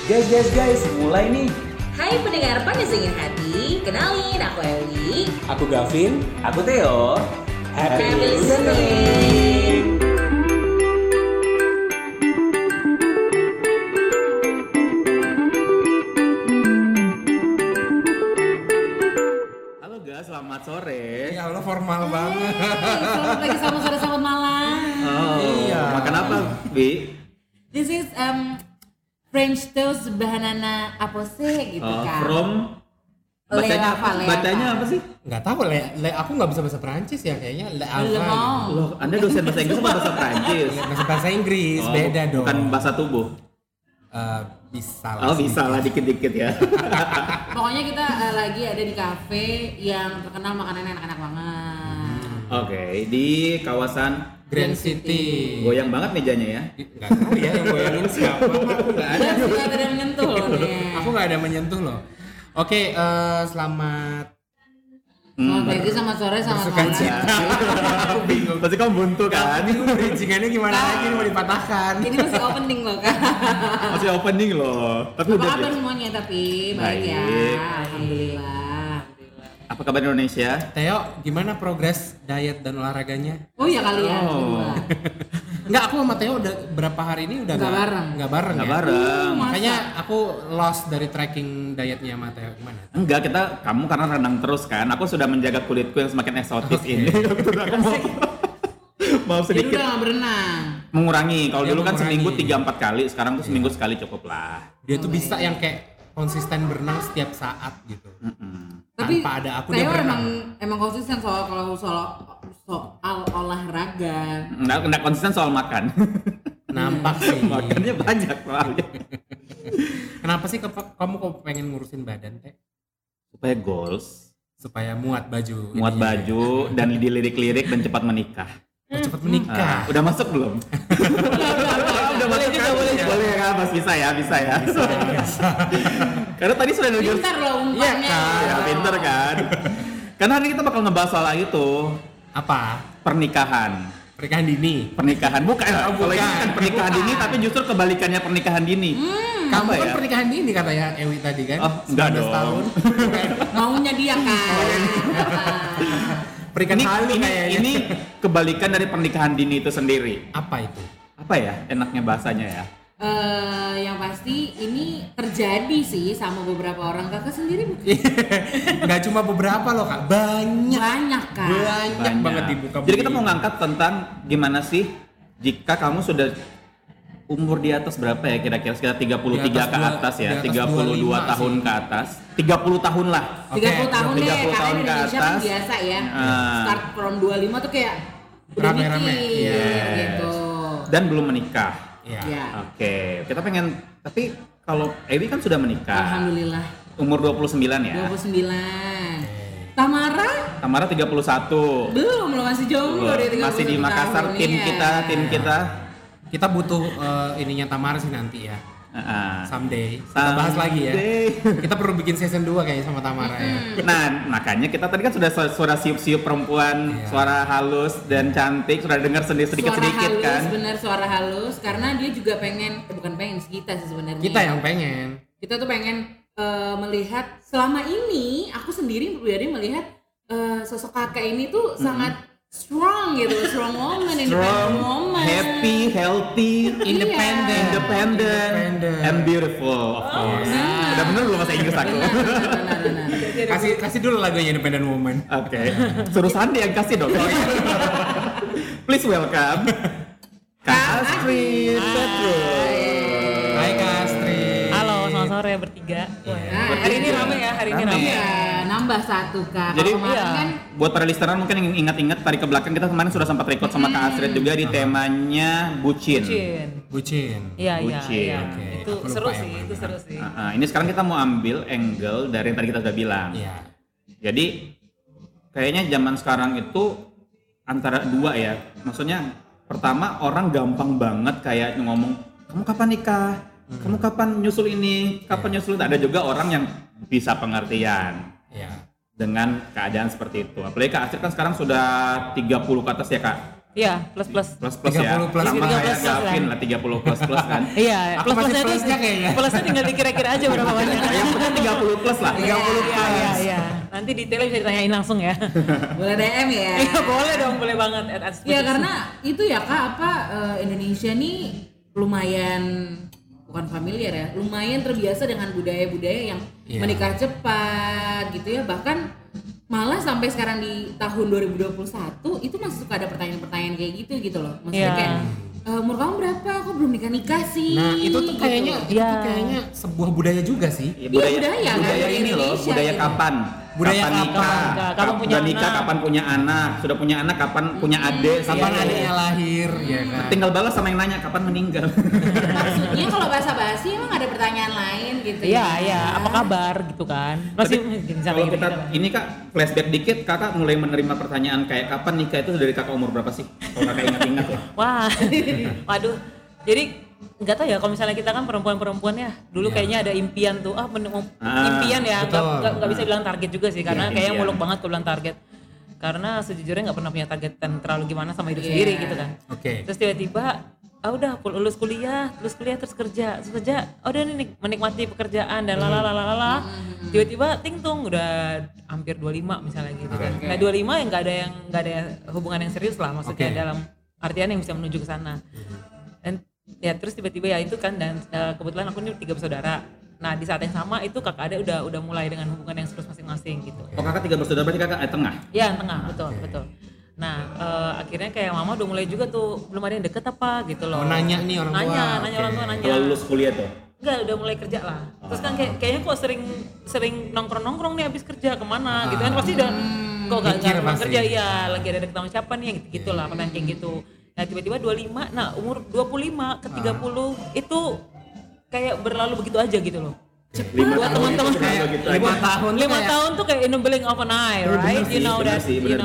Guys, mulai nih. Hai pendengar Panas Dingin Hati, kenalin aku Eli. Aku Gavin. Aku Theo. Happy listening. Halo guys, selamat sore. Ya Allah formal banget. Selamat pagi, selamat sore, selamat malam. Oh, Iya. Makan apa, Bi? This is French toast banana apa sih gitu Oh, kan? from bacanya apa? Le Bacanya apa sih? Nggak tahu aku nggak bisa bahasa Perancis ya kayaknya le Le apa. Mans. Loh, Anda dosen bahasa Inggris atau bahasa Prancis? Masih bahasa Inggris beda dong. Bukan bahasa tubuh. Bisa lah. Oh, bisa lah dikit-dikit ya. Pokoknya kita lagi ada di cafe yang terkenal makanannya enak-enak banget. Oke, di kawasan Grand City. goyang banget mejanya ya. Nggak tahu ya yang goyangin siapa. Aku nggak ada. Ada suka tidak menyentuh loh nih. Aku nggak ada menyentuh loh. Oke, selamat Selamat pagi, selamat sore, selamat bersuka malam. cita. Aku bingung. Pasti kamu buntu kan? Ini bridgingannya gimana lagi ini mau dipatahkan. Ini masih opening loh kan. Masih opening loh. Tapi Apa udah kabar deh. semuanya tapi baik ya. Baik. Alhamdulillah. Apa kabar Indonesia? Theo, gimana progres diet dan olahraganya? Oh ya kalian Oh. berdua. Enggak, aku sama Theo udah berapa hari ini udah Nggak bareng. Nggak bareng Nggak ya? bareng. Masa? Makanya aku lost dari tracking dietnya sama Theo gimana? Enggak, kamu karena renang terus kan. Aku sudah menjaga kulitku yang semakin eksotis Oke. ini. Aku mau Jadi sedikit udah nggak berenang. mengurangi. Kalau Dia dulu kan mengurangi. seminggu 3-4 kali, sekarang tuh seminggu sekali cukup lah. Dia tuh bisa yang kayak konsisten berenang setiap saat gitu. Tapi Tanpa ada aku Theo dia berenang. emang konsisten soal olahraga. Nggak konsisten soal makan. Nampak sih. Makannya banyak soalnya. Kenapa sih kamu kok pengen ngurusin badan, Teh? Supaya goals, Supaya muat baju. muat ininya. baju dan dilirik-lirik dan cepat menikah. Oh, cepat menikah. Udah masuk belum? Udah masuk kan? Boleh kan? Mas bisa ya. Karena tadi sudah dengar. Pintar loh Iya umpannya. kan? Ya, pinter kan? Karena hari ini kita bakal ngebahas soal itu, Apa? pernikahan. Pernikahan dini. Pernikahan bukan. Oh, Kalau ini bukan. kan pernikahan Bukan. dini tapi justru kebalikannya pernikahan dini. Kamu Apa kan ya? pernikahan dini katanya Ewi tadi kan? Oh, enggak 19 dong. tahun. Maunya dia kan. Pernikahan Ini, halu ini, kayaknya. ini kebalikan dari pernikahan dini itu sendiri. Apa itu? Apa ya enaknya bahasanya ya? Yang pasti ini terjadi sih sama beberapa orang. Kakak sendiri bukan? Nggak cuma beberapa loh kak, Banyak kan. banyak banget dibuka. Jadi kita mau ngangkat tentang gimana sih jika kamu sudah umur di atas berapa ya kira-kira sekitar 33 Di atas ke dua- atas ya, di atas 32 25 tahun sih. ke atas, 30 tahun lah. 30 tahun deh, 30 karena tahun di ke Indonesia kan atas. biasa ya. Ah. Start from 25 tuh kayak udah Rame-rame. mikir Yes. gitu. Dan belum menikah. Iya. Ya. Oke, kita pengen, tapi kalau Ewi kan sudah menikah, Alhamdulillah. umur 29 ya. 29. Tamara Tamara 31. belum masih jomblo dia 31 Masih di Makassar, tahun, tim iya. kita. Kita butuh ininya Tamara sih nanti ya. Someday. Kita bahas lagi ya. Kita perlu bikin season 2 kayaknya sama Tamara ya. Nah, makanya kita tadi kan sudah suara siup-siup perempuan, Iya. suara halus dan cantik, sudah dengar sedikit-sedikit Suara halus, kan. bener suara halus karena dia juga pengen, bukan pengen sih, kita sih sebenarnya. Kita yang pengen. Kita tuh pengen melihat selama ini aku sendiri pribadi melihat sosok kakak ini tuh sangat strong gitu, strong woman, independent woman, happy, healthy, Independent. independent, and beautiful of course. benar. Udah bener belum bahasa Inggris aku? Benar. Kasih dulu lagunya Independent Woman. Oke, suruh Sandi yang kasih dong. Please welcome Kak Astrid Petrus. Hai Kak Astrid. Halo, selamat sore bertiga. Nah, Hari ini rame ya, hari ini Rame. rame. Iya, nambah satu kak. Jadi, Kalau kemarin iya. kan Buat para listener mungkin yang ingat-ingat tarik ke belakang, kita kemarin sudah sempat record sama Kak Astrid juga di temanya bucin. Bucin. Bucin. Iya, iya, Bucin. iya. Oke, Itu aku lupa seru yang sih, mana. itu seru sih. Ini sekarang kita mau ambil angle dari yang tadi kita sudah bilang. Iya. Jadi kayaknya zaman sekarang itu antara dua ya. Maksudnya pertama orang gampang banget kayak ngomong, kamu kapan nikah? Kamu kapan nyusul ini? Kapan nyusul itu? Ada juga orang yang bisa pengertian Iya. dengan keadaan seperti itu. Apalagi Kak Astrid kan sekarang sudah 30 ke atas ya Kak? Iya, plus. Plus ya. 30 plus. Sama 30 kayak plus Gavin kan. lah 30 plus kan. Iya, Aku masih plusnya kayaknya. Plusnya tinggal dikira-kira aja berapa banyak. Yang penting 30 plus lah. 30 plus. Iya. Nanti detailnya bisa ditanyain langsung ya. Boleh DM ya. Iya, boleh dong, boleh banget. Ya karena itu ya Kak, Indonesia nih lumayan bukan familiar ya, lumayan terbiasa dengan budaya-budaya yang menikah cepat gitu ya, bahkan malah sampai sekarang di tahun 2021 itu masih suka ada pertanyaan-pertanyaan kayak gitu loh, maksudnya kayak umur kamu berapa? Kok belum nikah sih? Nah itu tuh kayaknya gitu. itu kayaknya sebuah budaya juga sih. Ya, budaya kan, budaya dari ini loh, Indonesia budaya gitu. kapan? Budaya kapan nikah? kapan punya Udah nikah, anak. kapan punya anak? Sudah punya anak, kapan punya adik? Kapan Iya. adiknya lahir, ya kan? Tinggal balas sama yang nanya kapan meninggal. Maksudnya kalau basa-basi emang ada pertanyaan lain gitu Iya, apa kabar gitu kan. Masih Kalau kita ini Kak flashback dikit, Kakak mulai menerima pertanyaan kayak kapan nikah itu dari Kakak umur berapa sih? Kalau Kakak ingat-ingat ya. Wah, waduh. Jadi nggak tahu ya kalau misalnya kita kan perempuan ya dulu kayaknya ada impian tuh impian ya nggak bisa bilang target juga sih karena kayaknya muluk banget kalau bilang target karena sejujurnya nggak pernah punya target dan terlalu gimana sama hidup sendiri gitu kan. Terus tiba-tiba udah lulus kuliah terus kerja udah nih menikmati pekerjaan dan lalalala tiba-tiba tingtung udah hampir 25 misalnya gitu kan. Nah 25 yang nggak ada hubungan yang serius lah maksudnya dalam artian yang bisa menuju ke sana. Dan ya terus tiba-tiba ya itu kan dan kebetulan aku ini 3 bersaudara. Nah di saat yang sama itu kakak adek udah mulai dengan hubungan yang serius masing-masing gitu. Oh Kakak 3 bersaudara berarti Kakak tengah? Iya tengah betul. Nah akhirnya kayak mama udah mulai juga tuh belum ada yang deket apa gitu loh. Nanya nih orang tua. Nanya orang tua nanya. Kalau lulus kuliah tuh? Enggak udah mulai kerja lah. Terus kan kayaknya kok sering nongkrong nih habis kerja kemana gitu kan pasti udah kok gak kerja iya lagi ada deket sama siapa nih yang gitu lah pertanyaan kayak gitu. Nah tiba-tiba 25, nah umur 25 ke 30 itu kayak berlalu begitu aja gitu loh. Buat teman-teman kayak gitu 5 aja. tahun 5 tahun tuh kayak in the blink of an eye, right? You know that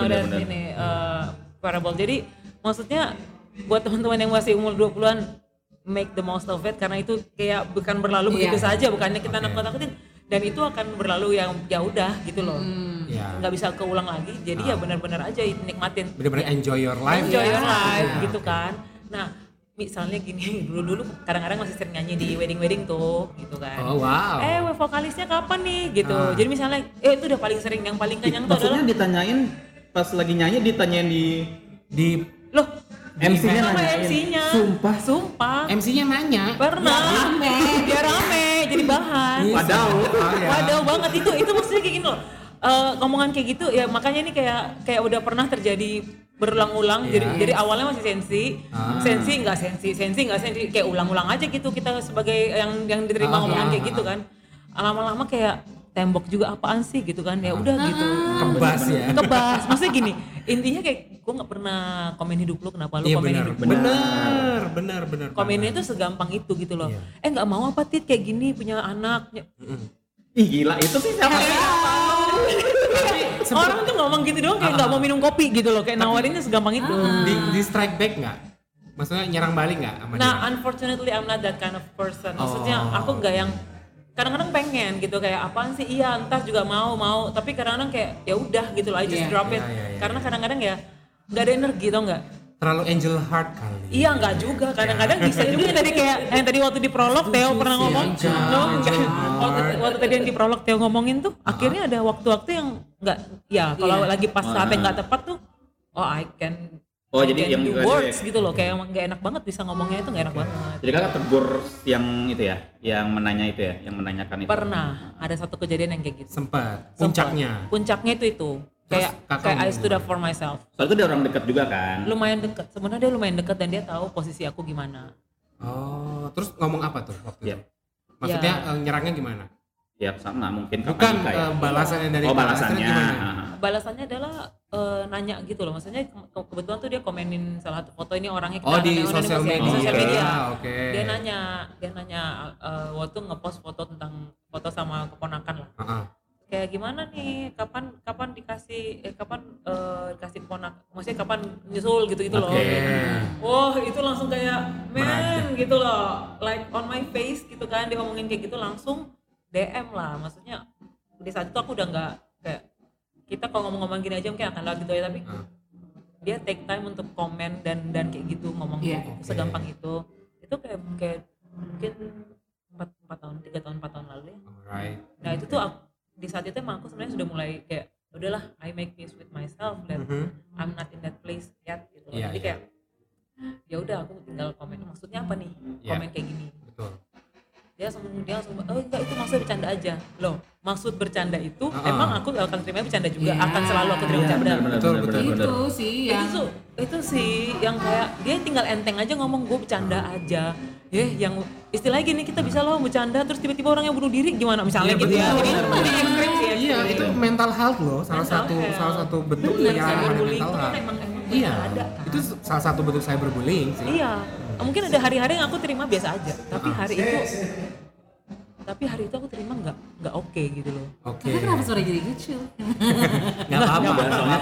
ini parable. Jadi maksudnya buat teman-teman yang masih umur 20-an make the most of it karena itu kayak bukan berlalu begitu saja, bukannya kita nakut-nakutin dan itu akan berlalu yang ya udah gitu loh. Nggak bisa keulang lagi. Jadi ya benar-benar aja nikmatin. Benar-benar enjoy your life. Enjoy your life gitu kan. Nah, misalnya gini, dulu kadang-kadang masih sering nyanyi di wedding tuh gitu kan. Oh wow. Vokalisnya kapan nih gitu. Jadi misalnya itu udah paling sering yang paling kenyang tuh adalah Maksudnya ditanyain pas lagi nyanyi ditanyain di loh MC-nya sama nanyain. MC-nya. Sumpah. MC-nya nanya. Pernah. Biar rame, jadi bahan. Padahal banget itu maksudnya kayak gini loh. Ngomongan kayak gitu ya makanya ini kayak udah pernah terjadi berulang-ulang jadi awalnya masih sensi nggak sensi kayak ulang-ulang aja gitu kita sebagai yang diterima ngomongan kayak gitu kan lama-lama kayak tembok juga apaan sih gitu kan ya udah gitu kebas maksudnya gini intinya kayak gue nggak pernah komen hidup lu kenapa lu komen hidup benar komennya itu segampang itu gitu loh nggak mau apa Tit kayak gini punya anak ih gila itu sih siapa orang tuh ngomong gitu doang kayak nggak mau minum kopi gitu loh kayak nawarinnya segampang itu di strike back nggak maksudnya nyerang balik nggak sama dia? Unfortunately I'm not that kind of person maksudnya aku nggak yang kadang-kadang pengen gitu kayak apaan sih iya ntar juga mau tapi kadang-kadang kayak ya udah gitu lah I just drop it karena kadang-kadang ya nggak ada energi tau nggak terlalu angel heart kali. Iya nggak juga kadang-kadang bisa juga yang tadi kayak yang tadi waktu di prolog Theo pernah ngomong waktu tadi yang di prolog Theo ngomongin tuh akhirnya ada waktu-waktu yang nggak ya kalau lagi pas saat yang nggak tepat tuh I can jadi yang do words gitu loh kayak nggak enak banget bisa ngomongnya itu nggak enak banget. Jadi Kakak tegur yang itu ya yang menanya itu ya yang menanyakan itu pernah ada satu kejadian yang kayak gitu sempat puncaknya itu kayak I stood up for myself. Soalnya itu dia orang dekat juga kan? Lumayan dekat. Sebenarnya dia lumayan dekat dan dia tahu posisi aku gimana. Oh, terus ngomong apa tuh waktu itu? Maksudnya nyerangnya gimana? Ya sama mungkin bukan balasannya dari balasannya. Balasannya adalah nanya gitu loh. Maksudnya kebetulan tuh dia komenin salah satu foto ini orangnya kita di sosial media. Okay. Dia nanya waktu ngepost foto tentang foto sama keponakan lah. Kayak gimana nih kapan dikasih dikasih ponak maksudnya kapan nyusul gitu loh. Wah itu langsung kayak gitu loh like on my face gitu kan dia ngomongin kayak gitu langsung DM lah maksudnya di saat itu aku udah nggak kayak kita kalau ngomong-ngomong gini aja mungkin akan lagi gitu ya tapi dia take time untuk komen dan kayak gitu ngomong segampang itu kayak mungkin 4 tahun 3 tahun 4 tahun lalu ya. Alright. Nah itu tuh di saat itu emang aku sebenarnya sudah mulai kayak udahlah I make peace with myself dan I'm not in that place yet gitu. Jadi kayak ya udah aku tinggal komen maksudnya apa nih komen kayak gini. Betul. Dia langsung oh enggak itu maksudnya bercanda aja loh, maksud bercanda itu emang aku akan terima bercanda juga, akan selalu aku terima bercanda. Betul. Itu sih yang itu sih yang kayak dia tinggal enteng aja ngomong gue bercanda aja yang istilahnya gini, kita bisa loh bercanda terus tiba-tiba orang yang bunuh diri gimana misalnya gitu ya. Iya, itu mental health loh, salah satu bentuk yang cyberbullying mental itu kan health. emang Iya, ada kan. itu salah satu bentuk cyberbullying sih. Iya, mungkin ada hari-hari yang aku terima biasa aja, tapi hari itu aku terima nggak oke gitu loh. Oke. Tapi kenapa suara jadi lucu? Nggak apa-apa. Soalnya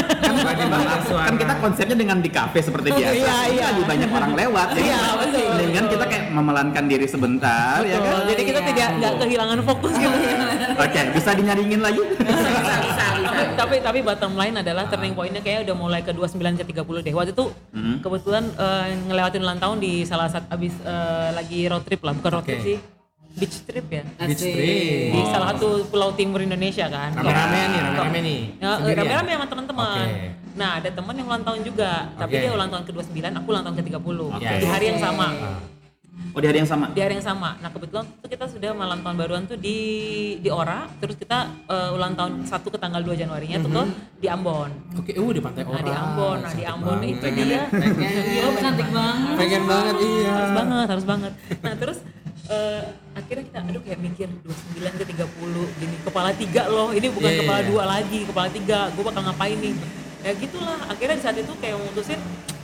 kan kita konsepnya dengan di kafe seperti biasa. Iya. Lagi banyak orang lewat. Jadi dengan kita kayak memelankan diri sebentar, ya kan? Jadi kita nggak kehilangan fokus gitu. Oke, bisa dinyaringin lagi? Bisa. Tapi bottom line adalah turning point-nya kayak udah mulai ke 29 ke 30 deh. Waktu itu kebetulan ngelewatin ulang tahun di salah satu abis lagi road trip lah, bukan road trip sih. Beach trip ya? Beach trip. Di salah satu pulau timur Indonesia kan. Rame-rame nih. Rame-rame sama teman-teman. Oke. Nah, ada teman yang ulang tahun juga, tapi dia ulang tahun ke-29, aku ulang tahun ke-30. Di hari yang sama. Oh, di hari yang sama? Di hari yang sama. Nah, kebetulan itu kita sudah malam tahun baruan tuh di Ora, terus kita ulang tahun 1 ke tanggal 2 Januarinya tuh di Ambon. Oke, di Pantai Ora. Nah, di Ambon itu dia. Cantik banget. Pengen banget, iya. Harus banget. Nah, terus akhirnya kita kayak mikir 29 ke 30 gini, kepala 3 loh, ini bukan kepala 2 lagi, kepala 3, gue bakal ngapain nih, ya gitulah. Akhirnya di saat itu kayak memutusin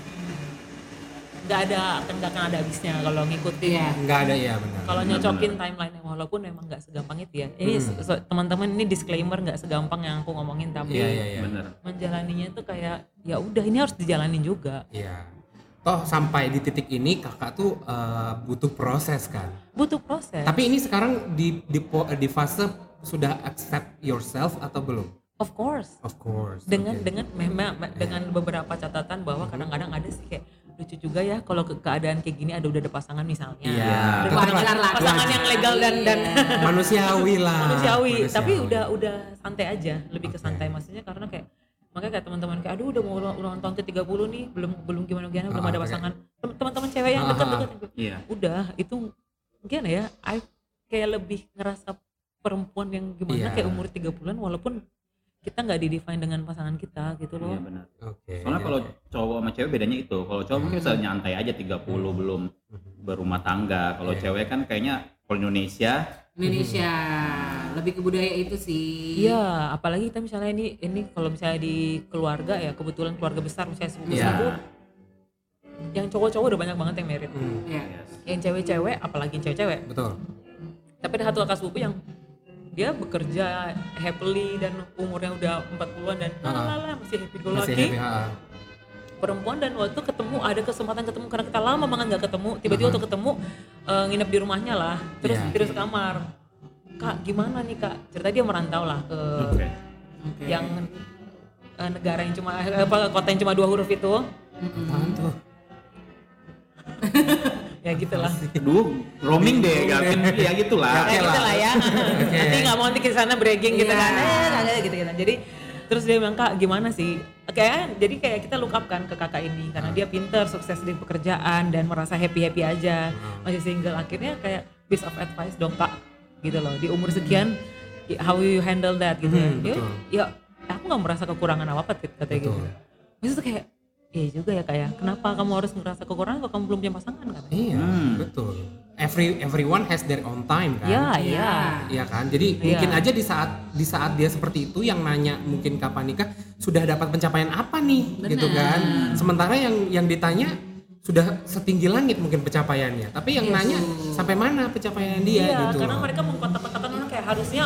nggak akan ada habisnya kalau ngikutin. Nggak ada, ya benar. Kalau nyocokin timeline walaupun memang nggak segampang itu ya. Ini teman-teman, ini disclaimer, nggak segampang yang aku ngomongin, tapi menjalaninya tuh kayak ya udah ini harus dijalanin juga. Iya. Toh sampai di titik ini kakak tuh butuh proses kan? Butuh proses. Tapi ini sekarang di fase sudah accept yourself atau belum? Of course. Dengan beberapa catatan bahwa kadang-kadang ada sih kayak lucu juga ya kalau keadaan kayak gini udah ada pasangan misalnya. Iya. Wajar lah. Pasangan yang legal dan manusiawi lah. Manusiawi. Tapi udah santai aja, lebih ke santai maksudnya karena kayak makanya kayak teman-teman kayak aduh udah mau ulang tahun ke 30 nih belum gimana belum ada pasangan. Teman-teman cewek yang dekat udah itu gimana ya? I kayak lebih ngerasa perempuan yang gimana kayak umur 30-an walaupun kita nggak di-define dengan pasangan kita gitu loh. Iya benar. Soalnya kalau cowok sama cewek bedanya itu. Kalau cowok mungkin bisa nyantai aja 30 belum berumah tangga. Kalau cewek kan kayaknya kalau Indonesia lebih ke budaya itu sih. Iya, apalagi kita misalnya ini kalau misalnya di keluarga ya, kebetulan keluarga besar misalnya sepupu yang cowok-cowok udah banyak banget yang married. Yang cewek-cewek apalagi yang cewek-cewek. Betul. Tapi ada satu kakak sepupu yang dia bekerja happily dan umurnya udah 40-an dan masih happy go lucky. Perempuan dan waktu ada kesempatan ketemu karena kita lama banget nggak ketemu, tiba-tiba waktu ketemu nginep di rumahnya lah, terus kamar. Kak gimana nih kak? Cerita dia merantau lah ke yang negara yang cuma kota yang cuma 2 huruf itu. Apaan tuh? Ya gitulah. Aduh, roaming deh, ya gitulah. Ya gitulah ya. Nanti nggak mau nanti ke sana bragging gitu kan. Gitu. Jadi terus dia bilang kak gimana sih? Jadi kayak kita look up kan ke kakak ini karena dia pinter, sukses di pekerjaan dan merasa happy aja, masih single. Akhirnya kayak piece of advice dong kak, gitu loh. Di umur sekian, how you handle that gitu ya. Aku nggak merasa kekurangan apa katanya gitu. Maksudnya kayak iya juga ya kayak kenapa kamu harus merasa kekurangan kalau kamu belum punya pasangan kan? Iya, betul. Everyone has their own time kan? Iya kan? Jadi mungkin aja di saat dia seperti itu yang nanya mungkin kapan nikah sudah dapat pencapaian apa nih gitu kan? Sementara yang ditanya sudah setinggi langit mungkin pencapaiannya, tapi yang nanya sampai mana pencapaian dia gitu. Karena mereka mengkotak-kotakan orang kayak harusnya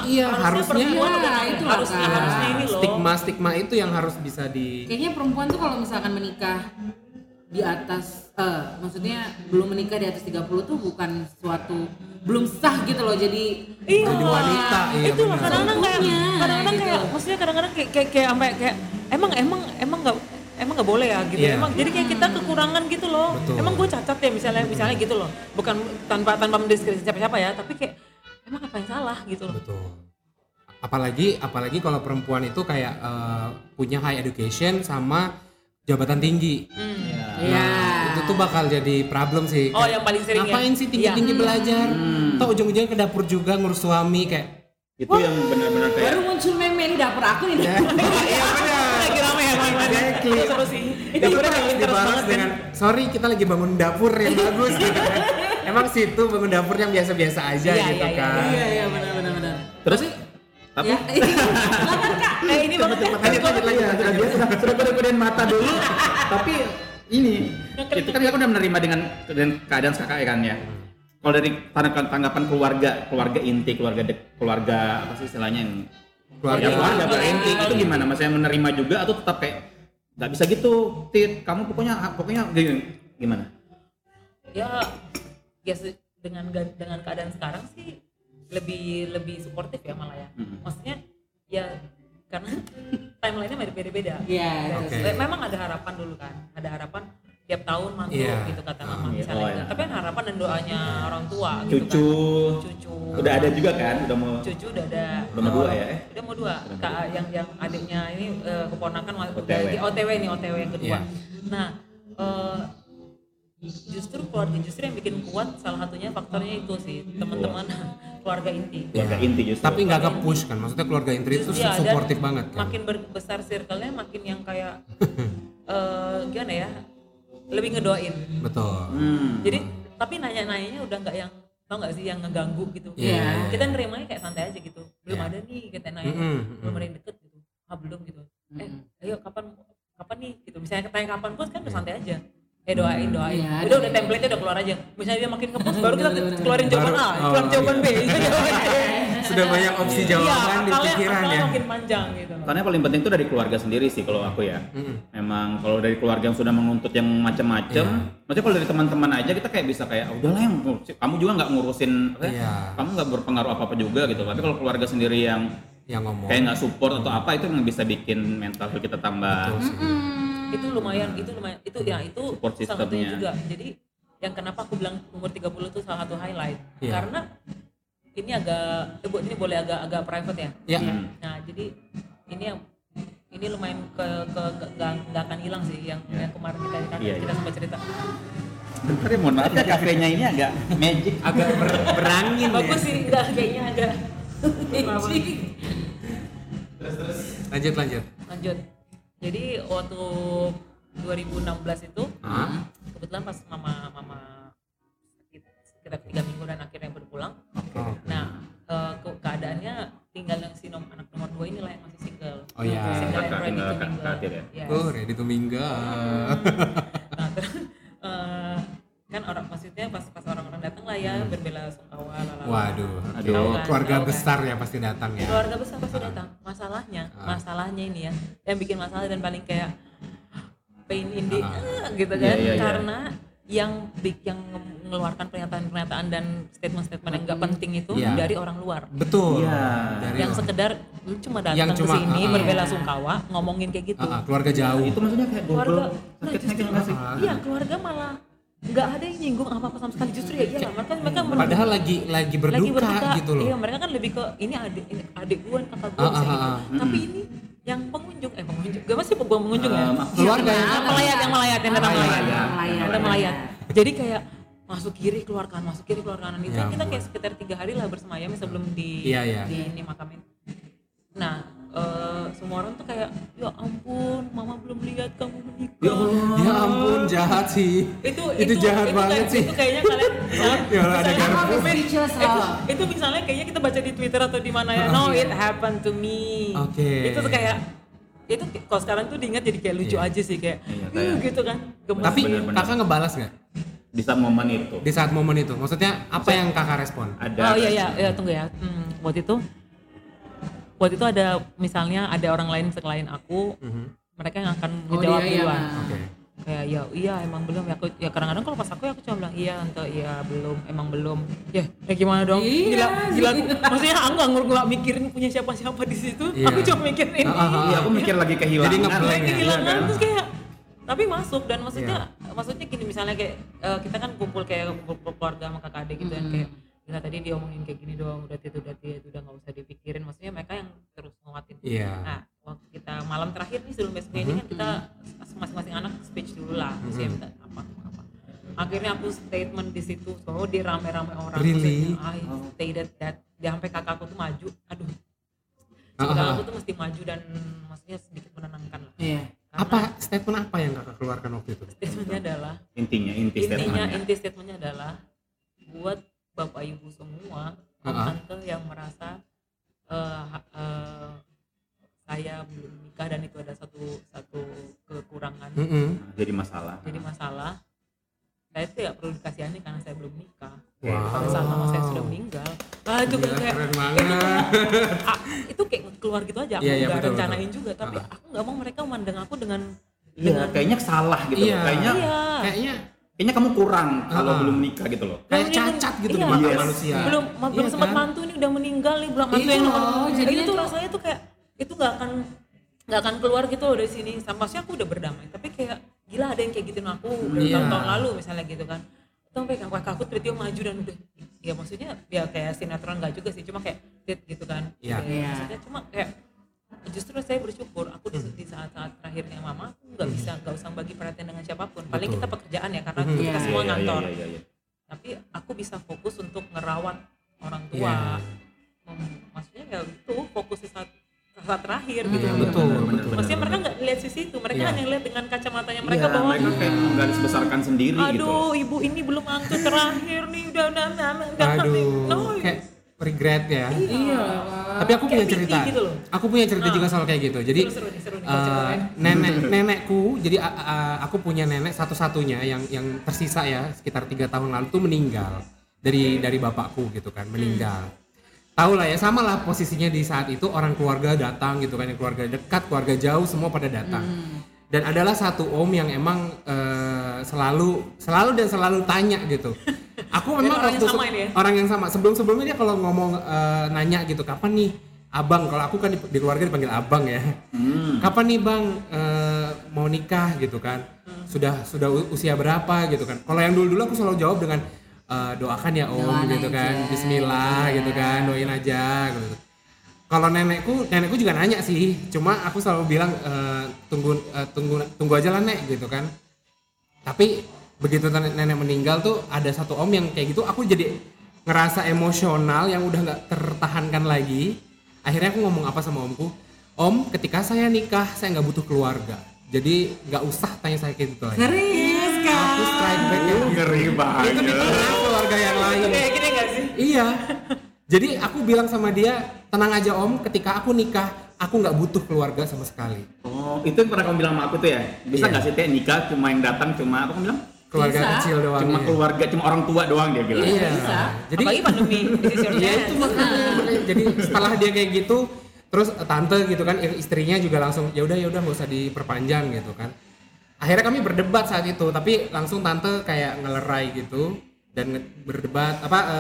ini loh. Stigma itu yang harus bisa Kayaknya perempuan tuh kalau misalkan menikah di atas maksudnya belum menikah di atas 30 tuh bukan suatu belum sah gitu loh jadi wanita. Itu loh kadang-kadang kayak maksudnya kadang-kadang kayak sampai kayak emang emang nggak boleh ya gitu. Emang jadi kayak kita kekurangan gitu loh. Betul. Emang gue cacat ya misalnya gitu loh. Bukan tanpa mendeskripsi siapa-siapa ya, tapi kayak emang apa yang salah gitu loh. Betul. Apalagi kalau perempuan itu kayak punya high education sama jabatan tinggi. Itu tuh bakal jadi problem sih. Oh, yang paling sering ngapain sih tinggi-tinggi belajar? Toh ujung-ujungnya ke dapur juga ngurus suami kayak. Itu yang benar-benar kayak Baru muncul meme di dapur aku nih. Iya benar. Lagi rame ya kemarin. Exactly. Itu seru sih. Itu harus dibalas dengan sorry kita lagi bangun dapur yang bagus gitu kan. Emang situ bangun dapur yang biasa-biasa aja gitu kan. Iya benar. terus tapi Ini banget ya. lanjut. Dia sudah kode-kodein mata dulu. Tapi ini itu kan aku udah menerima dengan keadaan kakak kan ya. Kalau dari tanggapan keluarga inti, keluarga apa sih istilahnya yang keluarga inti itu gimana? Maksudnya menerima juga atau tetap kayak nggak bisa gitu, Tit, kamu pokoknya gimana? Ya dengan keadaan sekarang sih lebih suportif ya malah ya. Maksudnya ya karena timelinenya beda-beda. Iya. Memang ada harapan dulu kan, ada harapan tiap tahun mantu gitu kata mama misalnya. Tapi kan harapan dan doanya orang tua gitu kan. Cucu. Udah ada juga kan? Cucu udah ada. Udah mau 2 ya? Udah mau 2. Yang adiknya ini keponakan OTW. di OTW yang kedua. Nah, justru yang bikin kuat salah satunya faktornya itu sih teman-teman keluarga inti. Keluarga inti justru. Tapi nggak nge-push kan, maksudnya keluarga inti itu suportif banget kan. Makin besar circle-nya makin yang kayak gimana ya, lebih ngedoain. Betul. Jadi tapi nanya-nanyanya udah nggak yang tau nggak sih yang ngeganggu gitu. Kita nerimanya kayak santai aja gitu. Belum ada nih kita nanya, belum ada yang deket gitu. Belum gitu. Ayo kapan nih gitu. Misalnya tanya kapan pun kan udah santai aja. Doain. Udah template-nya udah keluar aja. Misalnya dia makin nge-push baru kita keluarin jawaban A, keluarin jawaban B. Sudah banyak opsi jawaban di pikiran ya. Makin panjang gitu. Karena yang paling penting itu dari keluarga sendiri sih kalau aku ya. Memang kalau dari keluarga yang sudah menuntut yang macam-macam, maksudnya kalau dari teman-teman aja kita kayak bisa kayak udahlah yang kamu juga nggak ngurusin, kamu nggak berpengaruh apa-apa juga gitu. Tapi kalau keluarga sendiri yang ngomong kayak nggak support atau apa itu yang bisa bikin mental kita tambah. Itu lumayan itu support salah satunya systemnya juga. Jadi yang kenapa aku bilang umur 30 itu salah satu highlight karena ini ini boleh agak private ya. Nah jadi ini lumayan nggak akan hilang sih yang kemarin kita sempat cerita. Bentar ya, mohon maaf ya kafenya ini agak magic, agak berangin. Bagus sih, enggak kayaknya agak magic. Terus lanjut. Jadi waktu 2016 itu kebetulan pas mama sekitar 3 minggu dan akhirnya berpulang. Nah keadaannya tinggal yang anak nomor 2 inilah yang masih single. Single and ready to mingle. Yes. Ready to mingle. Nah terus kan maksudnya pas orang-orang datang lah ya berbela sungkawa lalala. Waduh, keluarga besar ya pasti datang ya. Keluarga besar pasti datang. Masalahnya ini ya, yang bikin masalah dan paling kayak pain in the gitu kan, karena yang mengeluarkan pernyataan dan statement-statement yang nggak penting itu dari orang luar. Betul. Yang sekedar lu cuma datang ke sini berbela sungkawa ngomongin kayak gitu. Keluarga jauh. Itu maksudnya kayak keluarga. Iya, keluarga malah nggak ada yang nyinggung apa sama sekali, justru mereka padahal lagi berduka gitu loh. Iya, mereka kan lebih ke ini adik gue, kakak gue gitu. Tapi ini yang pengunjung gak masih pengunjung ya, keluarga yang melayat. Jadi kayak masuk kiri keluar kanan itu kita kayak sekitar 3 hari lah bersemayam sebelum di makamin. Nah semua orang tuh kayak ya ampun mama belum lihat kamu menikah. Ya ampun, jahat sih. Itu jahat banget sih. Itu kayaknya kalian ada garpu. Itu misalnya kayaknya kita baca di Twitter atau di mana ya. No, it happened to me. Itu tuh kayak itu kalau sekarang tuh diingat jadi kayak lucu aja sih kayak gitu kan. Gemes. Tapi kakak ngebalas nggak? Di saat momen itu. Maksudnya apa yang kakak respon? Oh iya tunggu ya. Waktu itu ada misalnya ada orang lain selain aku, mereka yang akan menjawab duluan. Kayak iya emang belum ya. Aku ya kadang-kadang kalau pas aku cuma bilang iya tante iya belum emang belum. Ya gimana dong? Gila. Maksudnya aku nggak mikirin punya siapa di situ. Aku cuma mikirin. Iya aku mikir lagi kehilangan. Kehilangan terus kayak tapi masuk dan maksudnya gini, misalnya kayak kita kan kumpul keluarga sama kakak adik gitu kan, kayak gila tadi dia omongin kayak gini doang, udah nggak usah dipikirin, maksudnya mereka yang terus nguatin. Nah waktu kita malam terakhir nih sebelum besok ini kan kita masing-masing anak speech dulu lah, saya minta apa. Akhirnya aku statement di situ, soalnya di rame-rame orang. Really? I stated that, dia sampai kakakku tuh maju, aduh. Kakakku tuh mesti maju dan maksudnya sedikit menenangkan lah. Iya. Apa statement apa yang kakak keluarkan waktu itu? Statementnya adalah inti statementnya adalah buat bapak ibu semua, tante yang merasa saya belum nikah dan itu ada satu kekurangan, jadi masalah. Saya itu ya perlu dikasihani karena saya belum nikah. Pada saat mama saya sudah meninggal. Itu kayak keren banget. Itu kayak keluar gitu aja. Aku nggak rencanain juga, tapi aku nggak mau mereka memandang aku dengan kayaknya salah gitu loh. Kayaknya kamu kurang kalau belum nikah gitu loh. Kayak cacat gitu di mata manusia. Belum sempat mantu ini udah meninggal nih, belum mantu yang nomor. Jadi itu rasanya tuh kayak itu nggak akan keluar gitu loh dari sini. Sampai sih aku udah berdamai, tapi kayak gila ada yang kayak gituin aku tahun lalu misalnya gitu kan. Sampai kan aku tiba-tiba maju dan udah ya maksudnya ya kayak sinetron enggak juga sih, cuma kayak gitu kan. Maksudnya cuma kayak justru saya bersyukur aku di saat-saat terakhirnya mama aku nggak usah bagi perhatian dengan siapapun. Paling kita pekerjaan ya karena kita semua ngantor. Tapi aku bisa fokus untuk ngerawat orang tua. Maksudnya ya itu fokus di saat terakhir gitu. Betul. Maksudnya mereka nggak lihat sisi itu, mereka hanya lihat dengan kacamatanya mereka bahwa mereka kayak menggaris besarkan sendiri gitu. Aduh, ibu ini belum angkat terakhir nih, udah kayak regret ya. Iya. Tapi aku punya cerita. Gitu aku punya cerita juga soal kayak gitu. Jadi seru nenekku, jadi aku punya nenek satu-satunya yang tersisa ya, sekitar 3 tahun lalu tuh meninggal dari bapakku gitu kan, meninggal. Tahu lah ya, sama lah posisinya di saat itu, orang keluarga datang gitu kan, yang keluarga dekat, keluarga jauh semua pada datang. Dan adalah satu om yang emang selalu tanya gitu. Aku memang orang yang sama. Sebelumnya dia kalau ngomong nanya gitu, kapan nih abang, kalau aku kan di keluarga dipanggil abang ya. Kapan nih bang mau nikah gitu kan? Sudah usia berapa gitu kan? Kalau yang dulu aku selalu jawab dengan doakan ya om gitu kan, bismillah gitu kan, doain aja gitu. Kalau nenekku juga nanya sih, cuma aku selalu bilang tunggu aja lah nek gitu kan. Tapi begitu nenek meninggal tuh ada satu om yang kayak gitu, aku jadi ngerasa emosional yang udah nggak tertahankan lagi. Akhirnya aku ngomong apa sama omku, om ketika saya nikah saya nggak butuh keluarga, jadi nggak usah tanya saya kayak gitu lagi. Serius kan? Aku strike back ya. Ngeri banget. Itu di tengah keluarga yang lain. kayak gini nggak sih? Iya. Jadi aku bilang sama dia, tenang aja om, ketika aku nikah aku nggak butuh keluarga sama sekali. Oh, itu yang pernah kamu bilang sama aku tuh ya? Bisa nggak sih teh nikah cuma yang datang cuma apa kamu bilang? Keluarga Bisa. kecil doang. Cuma keluarga, cuma orang tua doang dia bilang. Iya. Bisa. Jadi Apalagi pandemi, iya itu makanya. Jadi setelah dia kayak gitu, terus tante gitu kan, istrinya juga langsung ya udah nggak usah diperpanjang gitu kan. Akhirnya kami berdebat saat itu, tapi langsung tante kayak ngelerai gitu dan berdebat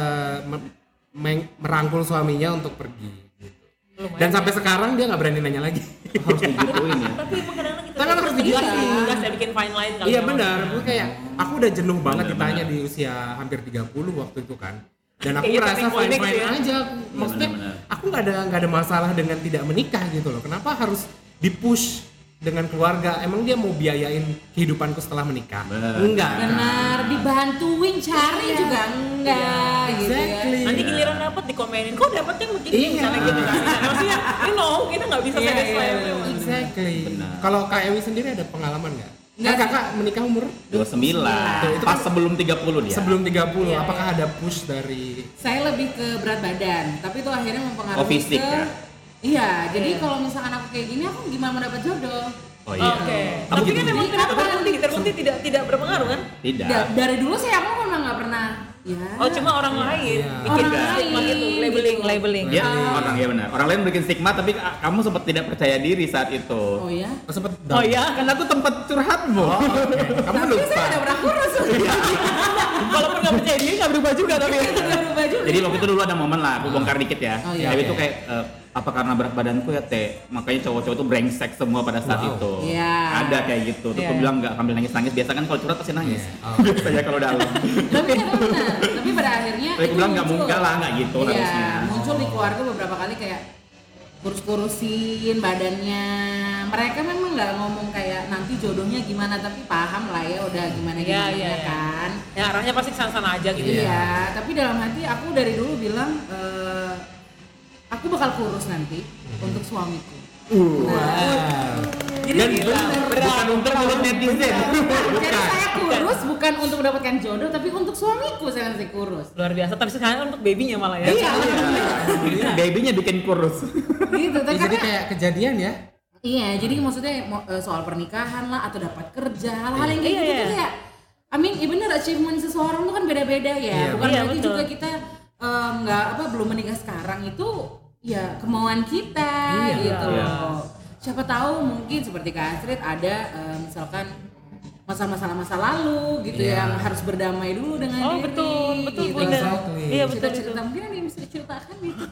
merangkul suaminya untuk pergi gitu. Dan sampai sekarang dia nggak berani nanya lagi. Harus digituin ya. Tapi emang kadang-kadang gitu. Tapi harus dijelasin. Nggak saya bikin fine line kali. Iya benar, gue kayak aku udah jenuh banget ditanya di usia hampir 30 waktu itu kan. Dan aku Kayaknya ngerasa turning point fine-fine gitu ya. aja. Maksudnya benar. aku nggak ada masalah dengan tidak menikah gitu loh. Kenapa harus di-push dengan keluarga? Emang dia mau biayain kehidupanku setelah menikah? Enggak. Benar, dibantuin cari juga enggak gitu ya. Exactly. Nanti giliran dapat dikomenin, kok dapetnya begini Iya. misalnya gitu kan. Maksudnya, kita nggak bisa satisfy. Exactly. Benar. Kalau Kak Ewi sendiri ada pengalaman nggak? Kan kakak menikah umur 29. Itu Pas kan sebelum 30 dia. sebelum 30. Iya, Apakah ada push dari Saya lebih ke berat badan, tapi itu akhirnya mempengaruhi fisik ke ya? Iya, jadi kalau misalkan aku kayak gini aku gimana mau dapat jodoh? Oh iya. Oke. Apa Tapi gitu? kan memang terbukti tidak berpengaruh kan? Tidak. Dari dulu aku memang nggak pernah. Ya. Oh cuma orang lain Iya. bikin Orang stigma lain gitu, labeling. labeling. Ya, orang ya benar. Orang lain bikin stigma tapi kamu sempat tidak percaya diri saat itu. Oh ya? Sempat Oh iya, kan aku tempat curhatmu. kamu Tapi lupa. saya udah pernah kurus. Walaupun nggak percaya diri nggak berubah juga tapi. Nggak berubah juga. Jadi waktu itu dulu ada momen lah, aku bongkar dikit ya. Oh, iya. Tapi itu kayak apa karena berat badanku ya teh, makanya cowok-cowok tuh brengsek semua pada saat itu. Iya. Ada kayak gitu. Terus aku bilang nggak ambil nangis-nangis. Biasa kan kalau curhat pasti nangis. Biasanya kalau dalam. Tapi itu benar. Tapi pada akhirnya Tapi aku bilang nggak muncul. mungkin lah, nggak gitu Iya, harusnya. muncul di keluarga beberapa kali kayak kurus-kurusin badannya. Mereka memang nggak ngomong kayak nanti jodohnya gimana, tapi paham lah ya udah gimana Iya. kan. Ya arahnya pasti sana-sana aja gitu. Iya, tapi dalam hati aku dari dulu bilang aku bakal kurus nanti untuk suamiku. Jadi Dan gila, bukan untuk mulut netizen. Jadi saya kurus bukan untuk mendapatkan jodoh, tapi untuk suamiku saya nanti kurus. luar biasa. Tapi sekarang untuk babynya malah ya. Iya. Babynya bikin kurus. Gitu, tapi Jadi karena- kayak kejadian ya. Iya, jadi maksudnya soal pernikahan lah atau dapat kerja, hal-hal yang kayak gitu Iya. tuh kayak iya bener achievement seseorang tuh kan beda-beda ya. Iya, Bukan iya, berarti betul. juga kita belum menikah sekarang itu ya kemauan kita gitu Iya. loh. Siapa tahu mungkin seperti Kak Astrid ada misalkan masa lalu gitu Iya. yang harus berdamai dulu dengan Oh diri. betul gitu. Bunda. Exactly. Iya betul itu. Cerita-cerita mungkin ada yang bisa diceritakan gitu.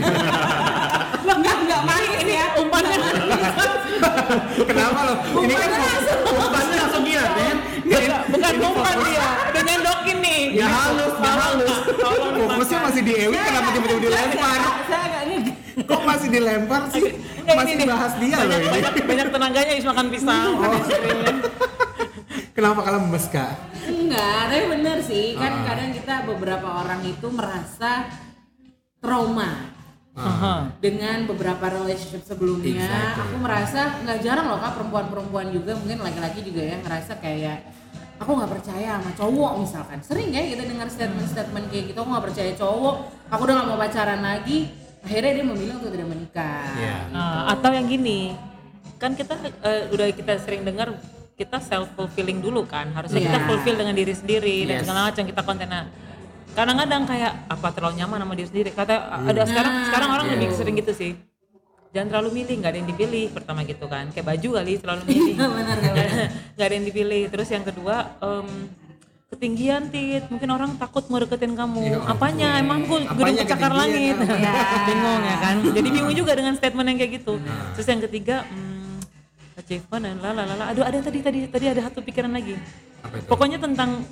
Enggak manis ya. Umpannya Kenapa lo? Ini kan Umpannya langsung gila, Ben. bukan umpan dia, udah nyendokin nih. Ya halus, ya halus. fokusnya masih di Ewi, kenapa tiba-tiba dilempar? Saya enggak ngerti. Kok masih dilempar sih? Masih Ini nih, bahas dia loh ini. banyak tenaganya habis makan pisang. Kenapa kalian memes Kak? Enggak, tapi bener sih. Kan kadang kita beberapa orang itu merasa trauma dengan beberapa relationship sebelumnya. Exactly. Aku merasa nggak jarang loh Kak, perempuan-perempuan juga, mungkin laki-laki juga ya ngerasa kayak aku nggak percaya sama cowok misalkan. Sering ya kita dengar statement-statement kayak gitu, aku nggak percaya cowok, aku udah nggak mau pacaran lagi. Akhirnya dia memilih untuk tidak menikah. Iya. Atau yang gini, kan kita udah kita sering dengar kita self fulfilling dulu kan, harusnya kita Iya. fulfill dengan diri sendiri dan Yes. segala macam kita kontennya. Kadang-kadang kayak apa terlalu nyaman sama diri sendiri. Kata ada sekarang orang lebih sering gitu sih. Jangan terlalu milih, nggak ada yang dipilih pertama gitu kan. Kayak baju kali terlalu milih. Benar. Nggak ada yang dipilih. Terus yang kedua ketinggian Tit, mungkin orang takut mau deketin kamu. Ya Apanya? Emang gue gedung Apanya pencakar langit. ketinggian? Bingung ya kan. Jadi bingung juga dengan statement yang kayak gitu. Terus yang ketiga achievement dan lalala. Aduh ada tadi ada satu pikiran lagi. Apa itu? Pokoknya tentang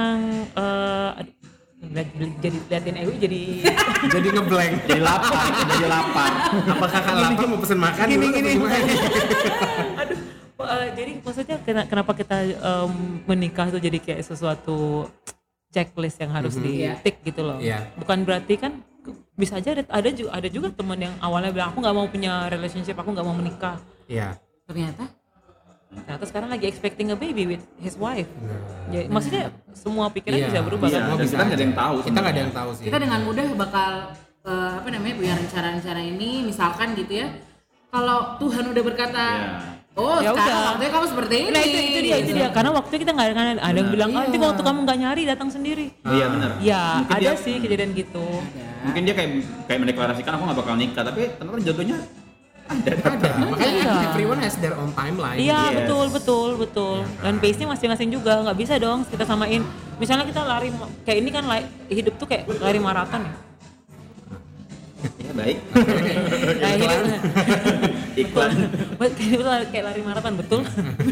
jadi liatin Ewi jadi Jadi ngeblank. Jadi lapar. Apakah Kak lapar mau pesen makan dulu atau gimana? aduh jadi maksudnya kenapa kita menikah tuh jadi kayak sesuatu checklist yang harus di-tick gitu loh. Iya. Bukan berarti kan bisa aja ada juga teman yang awalnya bilang aku nggak mau punya relationship, aku nggak mau menikah. Iya. Ternyata sekarang lagi expecting a baby with his wife. Jadi, maksudnya semua pikiran Iya. bisa berubah. Iya, kan? dan kita nggak ada yang tahu. Kita nggak ada yang tahu sih. Kita dengan mudah bakal punya rencana-rencana ini misalkan gitu ya. Kalau Tuhan udah berkata, oh Ya sekarang udah. waktunya kamu seperti ini. Nah itu dia. Karena waktu kita nggak ada yang bilang, nanti waktu kamu nggak nyari datang sendiri. Iya benar. Ya Mungkin ada dia- sih kejadian gitu. Mungkin dia kayak mendeklarasikan aku nggak bakal nikah, tapi ternyata jodohnya ada. Makanya everyone has their own timeline. Iya Yes. betul. Dan pace-nya masing-masing juga, nggak bisa dong kita samain. Misalnya kita lari kayak ini kan hidup tuh kayak lari maraton ya. Ya baik. Nah, Iklan. kayak lari maraton betul.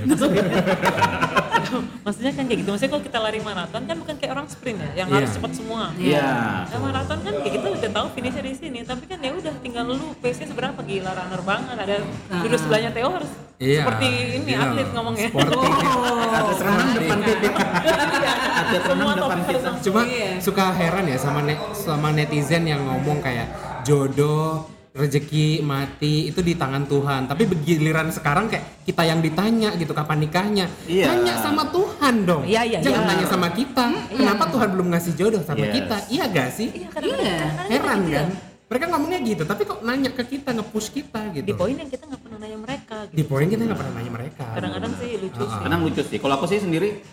Maksudnya kan kayak gitu. Maksudnya kalau kita lari maraton kan bukan kayak orang sprint ya, yang harus cepat semua. Iya. Nah, maraton kan kayak gitu udah tahu finishnya di sini, tapi kan ya udah tinggal lu pace-nya seberapa, gila runner banget. Ada duduk sebelahnya Theo harus Iya. seperti ini Iya. atlet ngomongnya. Sporty. Atlet renang depan kita. Atlet renang Semua depan topik kita. harus Cuma suka heran ya sama netizen yang ngomong kayak jodoh, rezeki, mati itu di tangan Tuhan. Tapi giliran sekarang kayak kita yang ditanya gitu kapan nikahnya. Iya. Tanya sama Tuhan dong. Iya. Jangan tanya sama kita. Kenapa Tuhan belum ngasih jodoh sama Yes. kita? Iya gak sih? Iya, kadang-kadang Heran gitu kan? ya. Mereka ngomongnya gitu, tapi kok nanya ke kita, nge-push kita gitu. Di poin yang kita nggak pernah nanya mereka. Di Gitu. poin kita nggak pernah nanya mereka. Kadang-kadang sih lucu sih. Kadang lucu sih. Kalau aku sih sendiri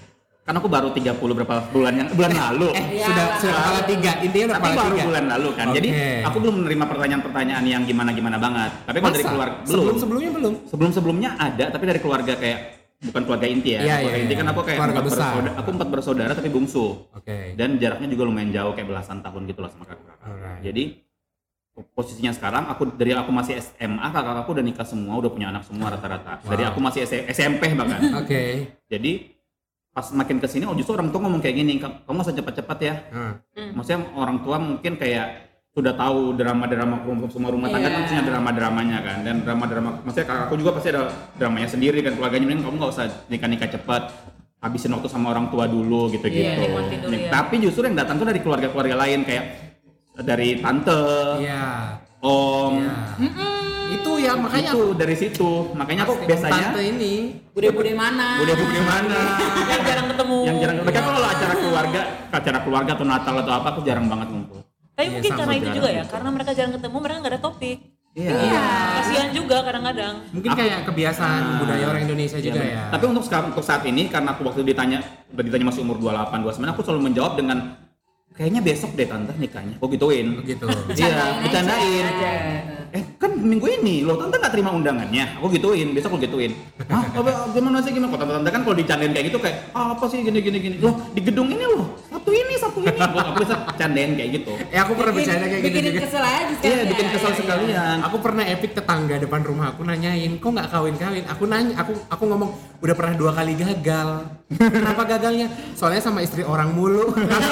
kan aku baru 30 berapa bulan lalu. Sudah kepala 3, intinya udah Tapi kepala baru 3. bulan lalu kan. Oke. Jadi aku belum menerima pertanyaan-pertanyaan yang gimana-gimana banget. Tapi kalau dari keluarga Sebelumnya belum. Sebelum-sebelumnya ada, tapi dari keluarga kayak bukan keluarga inti ya. Keluarga inti kan aku kayak keluarga 4 besar. bersaudara. Aku 4 bersaudara tapi bungsu. Oke. Dan jaraknya juga lumayan jauh kayak belasan tahun gitu lah sama kakak. Alright. Jadi posisinya sekarang aku masih SMA, kakak aku udah nikah semua, udah punya anak semua rata-rata. Wow. Dari aku masih SMP bahkan. Oke. Jadi pas makin kesini, justru orang tua ngomong kayak gini, kamu nggak usah cepat-cepat ya. Maksudnya orang tua mungkin kayak sudah tahu drama-drama semua rumah tangga kan punya drama-dramanya kan, dan drama-drama, maksudnya kakakku juga pasti ada dramanya sendiri kan, keluarganya, mending kamu nggak usah nikah cepat, habisin waktu sama orang tua dulu gitu-gitu. nikmatin dulu ya. Tapi justru yang datang tuh dari keluarga-keluarga lain kayak dari tante, om. Itu ya makanya Itu dari situ, makanya aku biasanya tante ini Bude-bude mana? bude-bude mana Yang jarang ketemu. yang jarang, mereka kalau acara keluarga atau Natal atau apa, aku jarang banget ngumpul. Tapi mungkin sama karena itu jarang juga ya, gitu. karena mereka jarang ketemu, mereka nggak ada topik. Iya. Kasihan juga kadang-kadang. mungkin kayak kebiasaan budaya orang Indonesia juga Iya, ya. Tapi untuk saat ini, karena aku waktu ditanya masih umur 28, 29, aku selalu menjawab dengan kayaknya besok deh tante nikahnya. Aku gituin. Begitu. Iya, bercandain. Kan minggu ini loh, tante nggak terima undangannya. Aku gituin, besok aku gituin. Hah, gimana sih gimana? Kok tante kan kalau dicandain kayak gitu kayak apa sih gini. Loh, di gedung ini loh, satu ini. Aku bisa candain kayak gitu. Aku pernah bercanda kayak gitu Bikinin juga. kesel aja Iya, sekalian. bikin kesel sekalian. Aku pernah epic tetangga depan rumah aku nanyain, kok nggak kawin-kawin? Aku ngomong udah pernah 2 kali gagal. Kenapa gagalnya? Soalnya sama istri orang mulu.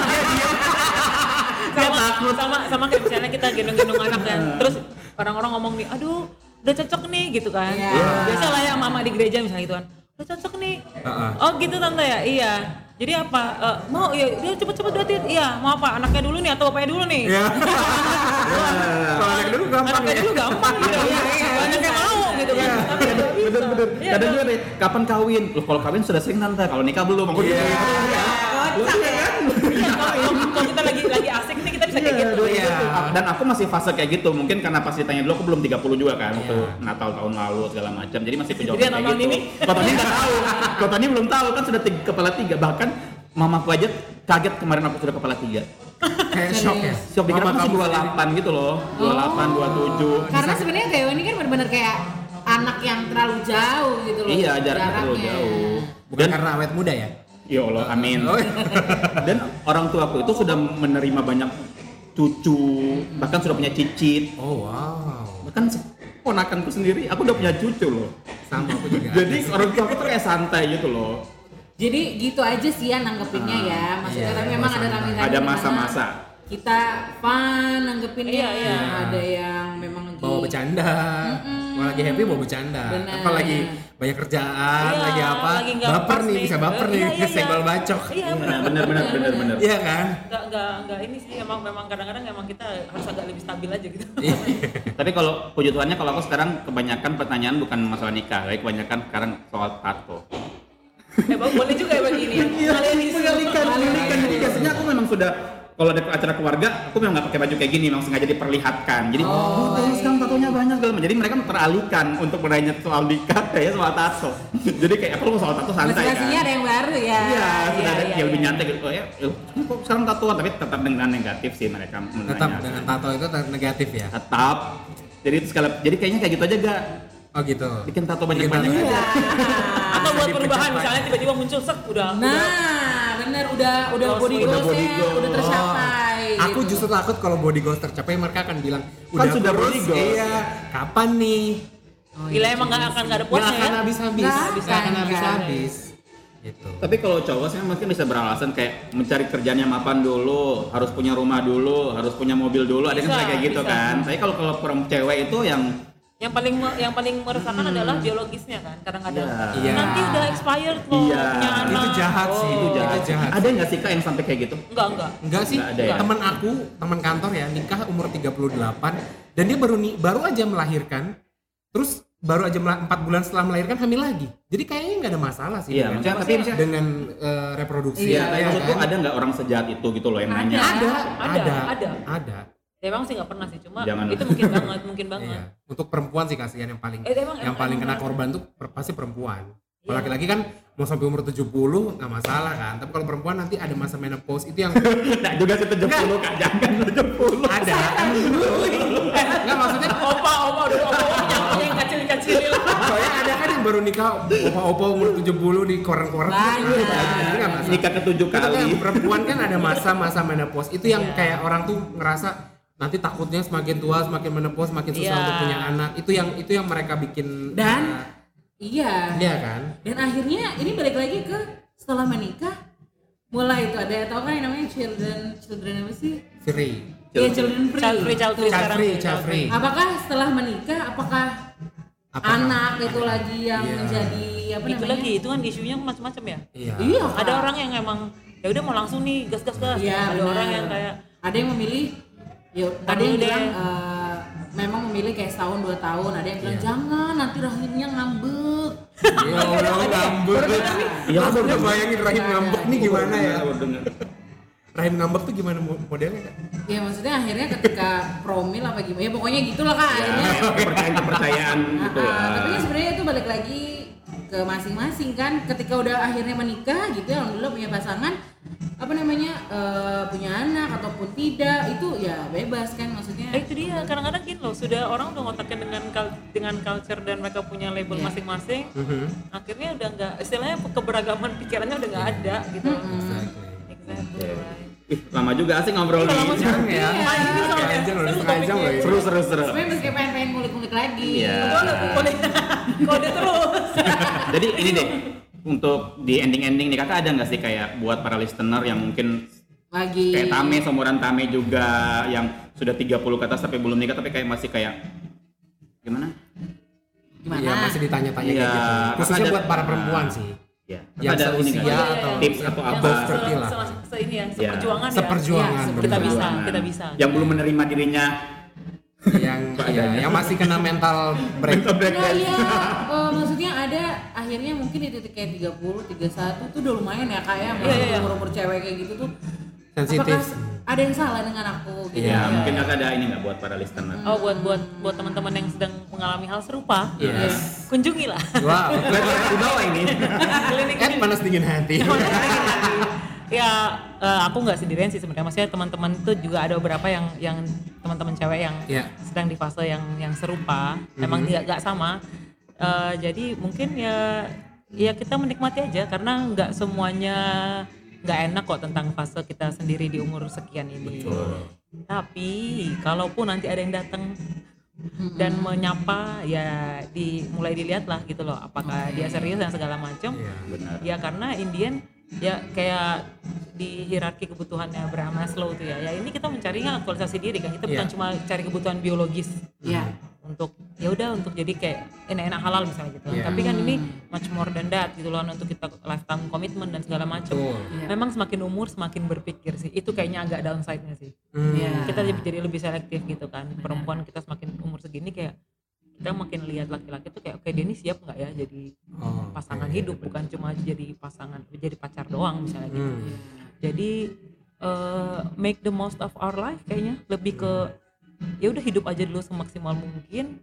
sama kayak misalnya kita gendong-gendong anak kan, terus orang-orang ngomong nih, aduh udah cocok nih gitu kan. Biasa lah ya mama di gereja misalnya gitu kan, udah cocok nih. Oh gitu tante ya, iya. Jadi apa, mau ya udah cepet-cepet berarti, iya mau apa, anaknya dulu nih atau bapaknya dulu nih? Iya. Kalau anak dulu gampang Anaknya ya. dulu gampang gitu, banyak yang mau gitu kan. Tapi nggak bisa. Bener. Iya, Kadang kan? juga deh, kapan kawin? Loh, kalau kawin sudah sering tante, kalau nikah belum. Aku gitu. Iya, kalau kita lagi asik nih kita bisa kayak gitu. Dan aku masih fase kayak gitu, mungkin karena pas ditanya dulu aku belum 30 juga kan, waktu Natal tahun lalu segala macam, jadi masih kejawab Jadi kayak tahun gitu. ini? Kalau Tony nggak tahu, kalau Tony belum tahu kan sudah kepala 3, bahkan mamaku aja kaget kemarin aku sudah kepala 3. Kayak shock ya. Siap dikira Mama masih kamu 28 gitu loh, 28, 27. Karena sebenarnya kayak ini kan benar-benar kayak anak yang terlalu jauh gitu loh. Iya, jaraknya terlalu jauh. Bukan karena awet muda ya? Ya Allah, amin. Oh. Dan orang tuaku itu sudah menerima banyak cucu, bahkan sudah punya cicit. Oh wow. Bahkan ponakanku sendiri, aku udah punya cucu loh. Sama aku juga. Jadi orang tuaku tuh kayak santai gitu loh. Jadi gitu aja sih ya nanggepinnya ya. Maksudnya iya, tapi memang ada masa-masa. rame-rame Ada di mana masa-masa. kita fun nanggepinnya. Iya. Ada yang memang lagi bawa bercanda. Kalau lagi happy bawa bercanda. Bener. Apa lagi banyak kerjaan, Iya, lagi apa? lagi nggak Baper pas nih, nih. bisa baper nih, Iya. senggol bacok. Iya, Nah, bener. Iya kan? Enggak ini sih, memang kadang-kadang emang kita harus agak lebih stabil aja gitu. Tapi kalau puji Tuhannya, kalau aku sekarang kebanyakan pertanyaan bukan masalah nikah, tapi kebanyakan sekarang soal tato. Bang, boleh juga ya begini ya. Kalian Mengalihkan. Jadi biasanya aku memang sudah, kalau ada acara keluarga, aku memang nggak pakai baju kayak gini, memang sengaja diperlihatkan. Jadi, terus sekarang tatonya banyak segala macam. Jadi mereka teralihkan untuk bertanya soal nikah, kayak soal tato. Jadi kayak aku soal tato santai kan. Masing-masingnya ada yang baru ya. Iya, sudah ada iya, yang lebih iya. nyantai gitu. Oh ya, kok sekarang tatoan, tapi tetap dengan negatif sih mereka menanya. Tetap dengan tato itu negatif ya. Tetap. Jadi kayaknya kayak gitu aja gak. Oh gitu. Bikin tato banyak-banyak Bikin tato. aja. atau buat perubahan dipercepat. misalnya tiba-tiba muncul sek udah Bener udah body Udah goals body ya, goals. udah tercapai. Aku gitu. justru takut kalau body goals tercapai, mereka akan bilang Kan sudah kurus, body goals. Iya, kapan nih? gila emang nggak akan ada Nggak puasnya akan ya. habis-habis. Nggak akan habis-habis. Gitu. Tapi kalau cowok saya mungkin bisa beralasan kayak mencari kerjaan yang mapan dulu, harus punya rumah dulu, harus punya mobil dulu. Ada Bisa, yang kayak gitu bisa. kan. Tapi kalau cewek itu yang yang paling meresahkan adalah biologisnya kan kadang-kadang. Iya. Nanti udah expired loh Iya. punya anak. Itu jahat sih, itu jahat. Itu jahat. Ada nggak sih Kak yang sampai kayak gitu? Enggak. Enggak sih, Nggak ada ya? teman kantor ya, nikah umur 38 dan dia baru aja melahirkan, terus baru aja 4 bulan setelah melahirkan hamil lagi. Jadi kayaknya nggak ada masalah sih Iya, maksudnya tapi misalnya dengan reproduksi. iya, tapi ya maksudku kan? ada nggak orang sejahat itu gitu loh yang nanya? Ada. Ya, emang sih nggak pernah sih, cuma Jangan. itu mungkin banget. Iya. Untuk perempuan sih kasihan yang paling Emang kena benar. korban tuh pasti perempuan. Kalau laki-laki kan mau sampai umur 70 nggak masalah kan, tapi kalau perempuan nanti ada masa menopause itu yang Nah juga sih 70 Kak, jangan 70. ada nggak maksudnya Opa udah opa yang kecil soalnya ada kan yang baru nikah opa-opa umur 70 di koran-koran Banyak. gitu kan, jadi nggak masalah. Nikah ke-7 Itu kan kali. perempuan kan ada masa menopause itu yang kayak orang tuh ngerasa nanti takutnya semakin tua semakin menopause semakin susah untuk punya anak, itu yang mereka bikin Dan iya kan. Dan akhirnya ini balik lagi ke setelah menikah mulai itu ada tau kan yang namanya children apa sih? Free. Iya, children free. Child free. Apakah setelah menikah apakah anak itu lagi yang menjadi apa Itu namanya? lagi, itu kan isunya macam-macam ya. Iya. Iya, Kak. Ada orang yang emang ya udah mau langsung nih gas. Iya, Ada benar. orang yang kayak ada yang memilih ada yang bilang memang memilih kayak setahun 2 tahun, ada yang bilang jangan nanti rahimnya ngambek. Ya Allah ngambek. Iya, Aku udah bayangin rahim ngambek nih gimana ya? Baru dengar. Rahim ngambek tuh gimana modelnya Kak? Ya maksudnya akhirnya ketika promil apa gimana ya pokoknya gitulah Kak akhirnya. Kepercayaan gitu lah. Tapi kan sebenarnya itu balik lagi ke masing-masing kan, ketika udah akhirnya menikah gitu ya alhamdulillah punya pasangan apa namanya punya anak ataupun tidak itu ya bebas kan maksudnya. itu dia kadang-kadang gini loh, sudah orang udah ngotakin dengan culture dan mereka punya label masing-masing. Akhirnya udah nggak, istilahnya keberagaman pikirannya udah nggak ada gitu. Exactly. Ih, lama juga asik ngobrol nih. Ya. Setengah jam udah setengah jam loh. Seru. Sebenarnya meski pengen ngulik-ngulik lagi. Iya. Kode terus. Jadi ini deh, untuk di ending nih Kakak ada nggak sih kayak buat para listener yang mungkin Lagi kayak Tame, seumuran Tame juga yang sudah 30 ke atas tapi belum nikah tapi kayak masih kayak gimana? gimana? Iya masih ditanya-tanya Iya, kayak gitu. Khususnya ada- buat para perempuan sih. Ya, Yang ada ini seusia nggak? atau tips atau apa above 30 lah. Ini ya, seperjuangan ya. Seperjuangan. Iya, Kita bisa, Perjuangan. kita bisa. Yang belum menerima dirinya yang masih kena mental break. Nah, iya, maksudnya ada akhirnya mungkin di titik kayak 30, 31 tuh udah lumayan ya Kak ya, umur-umur cewek kayak gitu tuh. Sensitif. Apakah ada yang salah dengan aku gitu? Ya, mungkin Kakak ada ini nggak buat para listener? Oh, buat teman-teman yang sedang mengalami hal serupa, Yes. kunjungilah. Wow. Di bawah ini. Klinik Kan panas dingin hati. Ya, aku nggak sendirian sih sebenarnya. Maksudnya teman-teman tuh juga ada beberapa yang teman-teman cewek yang sedang di fase yang serupa. Emang nggak sama. Jadi mungkin ya kita menikmati aja karena nggak semuanya nggak enak kok tentang fase kita sendiri di umur sekian ini. Tapi kalaupun nanti ada yang datang dan menyapa ya mulai dilihat lah gitu loh apakah dia serius dan segala macam. Ya karena Indian ya kayak di hierarki kebutuhannya Abraham Maslow tuh ya ini kita mencarinya aktualisasi diri kan, kita bukan cuma cari kebutuhan biologis untuk ya udah untuk jadi kayak enak-enak halal misalnya gitu tapi kan ini much more than that gitu loh, untuk kita lifetime commitment dan segala macam. Memang semakin umur semakin berpikir sih, itu kayaknya agak downside-nya sih. Kita jadi lebih selektif gitu kan, perempuan kita semakin umur segini kayak kita makin lihat laki-laki tuh kayak oke dia ini siap nggak ya jadi pasangan hidup, bukan cuma jadi pasangan, jadi pacar doang misalnya gitu. Jadi make the most of our life kayaknya lebih ke ya udah hidup aja dulu semaksimal mungkin.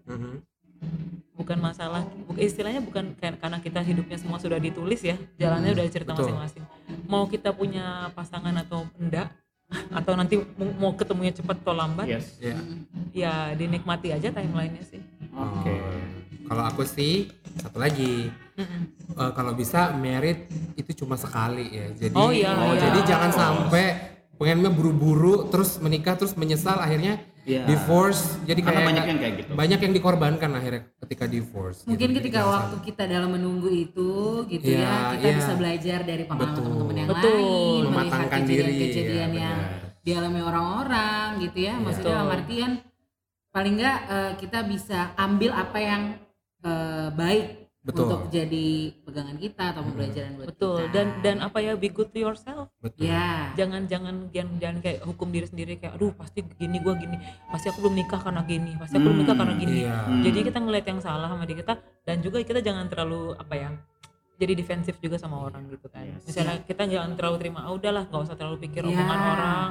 Bukan masalah, istilahnya bukan karena kita hidupnya semua sudah ditulis ya, jalannya udah cerita masing-masing. Mau kita punya pasangan atau enggak, atau nanti mau ketemunya cepat atau lambat, ya dinikmati aja timelinenya sih. Oke. Kalau aku sih satu lagi, kalau bisa married itu cuma sekali ya. Jadi jadi jangan sampai pengennya buru-buru terus menikah terus menyesal akhirnya divorce. Jadi Karena kayak banyak yang kayak gitu. banyak yang dikorbankan akhirnya ketika divorce. Mungkin gitu. ketika waktu kita dalam menunggu itu gitu kita bisa belajar dari pengalaman teman-teman yang lain, melihat mematangkan diri, kejadian yang dialami orang-orang gitu ya. Maksudnya dalam artian paling enggak kita bisa ambil apa yang baik untuk jadi pegangan kita atau pembelajaran buat kita. Dan apa ya, be good to yourself. Ya. Jangan kayak hukum diri sendiri kayak aduh pasti gini gua gini, pasti aku belum nikah karena gini, pasti aku belum nikah karena gini. Jadi kita ngeliat yang salah sama diri kita, dan juga kita jangan terlalu jadi defensif juga sama orang gitu kan. Misalnya kita jangan terlalu terima, udahlah nggak usah terlalu pikir omongan orang,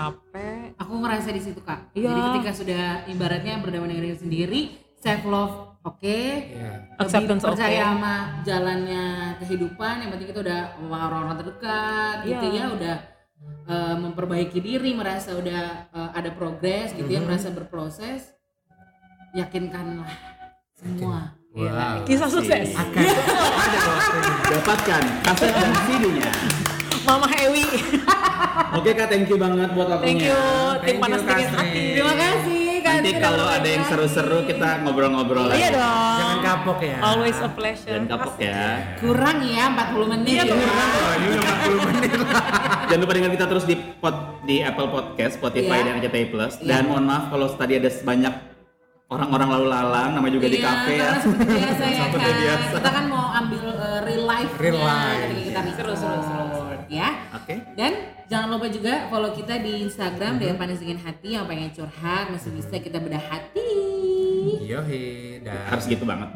capek. Aku ngerasa di situ Kak. Jadi ketika sudah ibaratnya berdamai dengan diri sendiri, self love oke. Acceptance Lebih percaya oke. sama jalannya kehidupan, yang penting kita udah sama orang-orang terdekat gitu ya, udah memperbaiki diri, merasa udah ada progres gitu ya, merasa berproses. Yakinkanlah semua. Wow. Kisah sukses. Akan ada waktunya. Dapatkan kaset dan CD-nya. Mama Ewi. Oke Kak, thank you banget buat Thank waktunya. you. Thank Tim you, panas dingin Kak hati. Sri. Terima kasih Kak Nanti Sri, kalau udah ada yang seru-seru kita ngobrol-ngobrol lagi. Iya dong. Jangan kapok ya. Always a pleasure. Dan kapok ya. kurang ya 40 menit. Iya, Oh, ini udah 40 menit. Jangan lupa dengar kita terus di Apple Podcast, Spotify Iya. dan RCTI Plus. Dan mohon maaf kalau tadi ada banyak orang-orang lalu lalang, namanya juga di kafe ya. Karena seperti biasa ya Seperti kan. biasa. Kita kan mau ambil real life Real life. ketika kita Seru. ya. Oke. Dan jangan lupa juga follow kita di Instagram dengan Panas Dingin Hati, yang pengen curhat masih bisa kita bedah hati. Yohi, dan Harus gitu banget.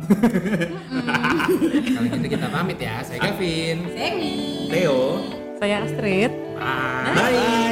kali ini kita pamit ya. Saya Gavin. Semi. Theo. Saya Astrid. Bye. Bye.